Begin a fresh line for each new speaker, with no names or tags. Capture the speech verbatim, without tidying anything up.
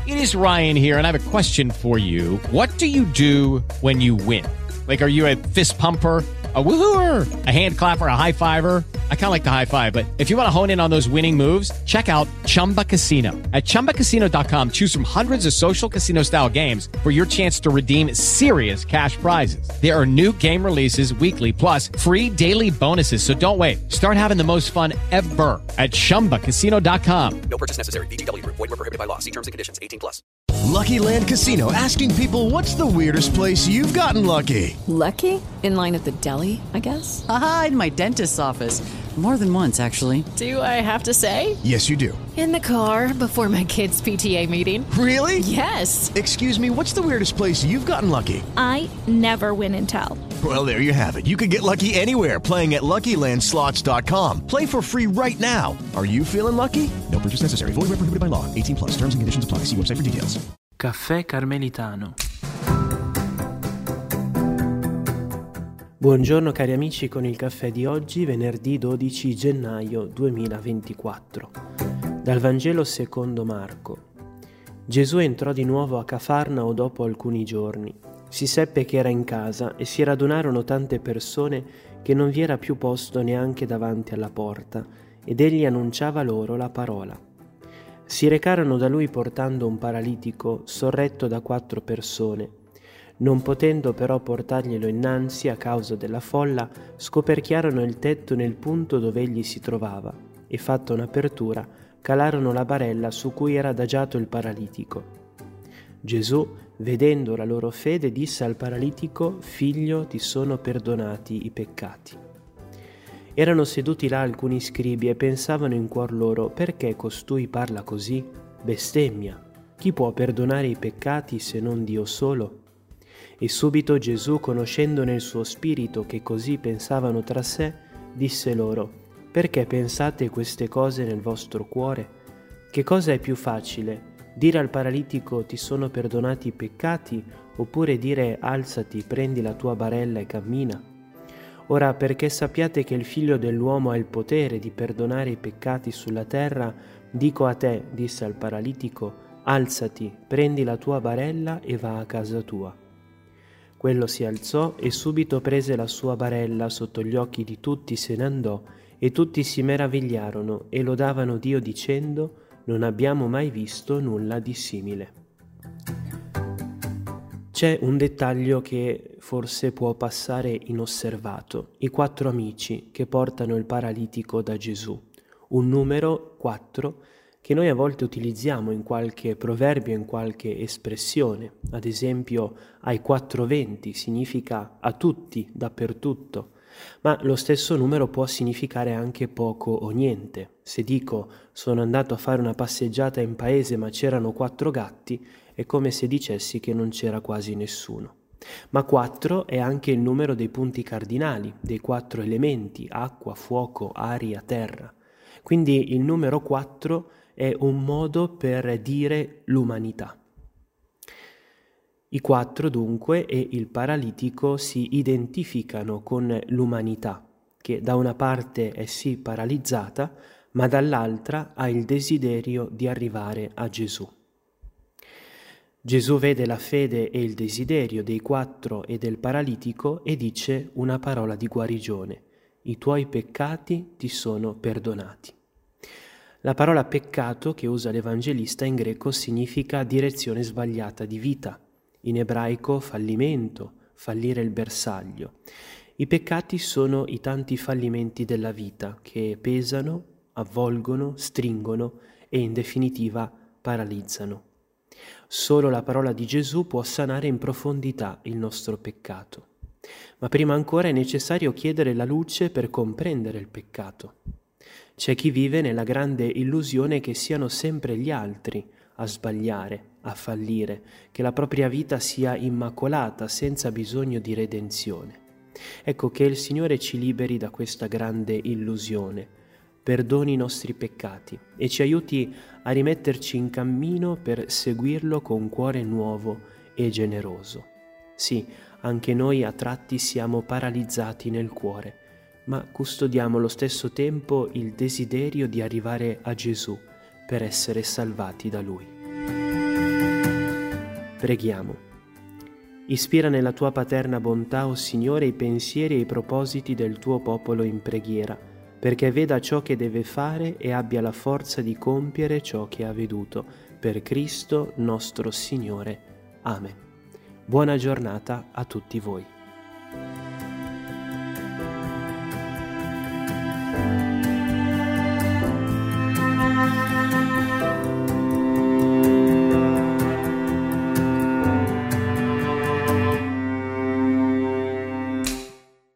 It is Ryan here, and I have a question for you. What do you do when you win? Like, are you a fist pumper, a woohooer, a hand clapper, a high fiver? I kind of like the high five, but if you want to hone in on those winning moves, check out Chumba Casino. At chumba casino dot com, choose from hundreds of social casino style games for your chance to redeem serious cash prizes. There are new game releases weekly, plus free daily bonuses. So don't wait. Start having the most fun ever at chumba casino dot com.
No purchase necessary. V G W Group. Void where prohibited by law. See terms and conditions. eighteen plus.
Lucky Land Casino, asking people, what's the weirdest place you've gotten lucky?
Lucky? In line at the deli, I guess?
Aha, in my dentist's office. More than once, actually.
Do I have to say?
Yes, you do.
In the car before my kids' P T A meeting.
Really?
Yes.
Excuse me, what's the weirdest place you've gotten lucky?
I never win and tell.
Well, there you have it. You can get lucky anywhere, playing at Lucky Land Slots dot com. Play for free right now. Are you feeling lucky? No purchase necessary. Void where prohibited by law. eighteen plus. Terms and conditions apply. See website for details.
Caffè Carmelitano.
Buongiorno cari amici con il caffè di oggi, venerdì dodici gennaio duemilaventiquattro. Dal Vangelo secondo Marco. Gesù entrò di nuovo a Cafarnao dopo alcuni giorni. Si seppe che era in casa e si radunarono tante persone che non vi era più posto neanche davanti alla porta, ed egli annunciava loro la parola. Si recarono da lui portando un paralitico sorretto da quattro persone. Non potendo però portarglielo innanzi a causa della folla, scoperchiarono il tetto nel punto dove egli si trovava e, fatta un'apertura, calarono la barella su cui era adagiato il paralitico. Gesù, vedendo la loro fede, disse al paralitico: «Figlio, ti sono perdonati i peccati». Erano seduti là alcuni scribi e pensavano in cuor loro: «Perché costui parla così? Bestemmia! Chi può perdonare i peccati se non Dio solo?» E subito Gesù, conoscendo nel suo spirito che così pensavano tra sé, disse loro: «Perché pensate queste cose nel vostro cuore? Che cosa è più facile? Dire al paralitico: ti sono perdonati i peccati, oppure dire: alzati, prendi la tua barella e cammina? Ora, perché sappiate che il Figlio dell'uomo ha il potere di perdonare i peccati sulla terra, dico a te», disse al paralitico: «alzati, prendi la tua barella e va a casa tua». Quello si alzò e subito prese la sua barella, sotto gli occhi di tutti se ne andò, e tutti si meravigliarono e lodavano Dio dicendo: «Non abbiamo mai visto nulla di simile». C'è un dettaglio che forse può passare inosservato: i quattro amici che portano il paralitico da Gesù. Un numero, quattro, che noi a volte utilizziamo in qualche proverbio, in qualche espressione. Ad esempio, ai quattro venti significa a tutti, dappertutto. Ma lo stesso numero può significare anche poco o niente. Se dico «sono andato a fare una passeggiata in paese ma c'erano quattro gatti», è come se dicessi che non c'era quasi nessuno. Ma quattro è anche il numero dei punti cardinali, dei quattro elementi: acqua, fuoco, aria, terra. Quindi il numero quattro è un modo per dire l'umanità. I quattro dunque e il paralitico si identificano con l'umanità, che da una parte è sì paralizzata, ma dall'altra ha il desiderio di arrivare a Gesù. Gesù vede la fede e il desiderio dei quattro e del paralitico e dice una parola di guarigione: «I tuoi peccati ti sono perdonati». La parola peccato che usa l'Evangelista in greco significa direzione sbagliata di vita, in ebraico fallimento, fallire il bersaglio. I peccati sono i tanti fallimenti della vita che pesano, avvolgono, stringono e in definitiva paralizzano. Solo la parola di Gesù può sanare in profondità il nostro peccato. Ma prima ancora è necessario chiedere la luce per comprendere il peccato. C'è chi vive nella grande illusione che siano sempre gli altri a sbagliare, a fallire, che la propria vita sia immacolata, senza bisogno di redenzione. Ecco, che il Signore ci liberi da questa grande illusione, perdoni i nostri peccati e ci aiuti a rimetterci in cammino per seguirlo con cuore nuovo e generoso. Sì, anche noi a tratti siamo paralizzati nel cuore, ma custodiamo allo stesso tempo il desiderio di arrivare a Gesù per essere salvati da Lui. Preghiamo. Ispira nella tua paterna bontà, o Signore, i pensieri e i propositi del tuo popolo in preghiera, perché veda ciò che deve fare e abbia la forza di compiere ciò che ha veduto. Per Cristo nostro Signore. Amen. Buona giornata a tutti voi.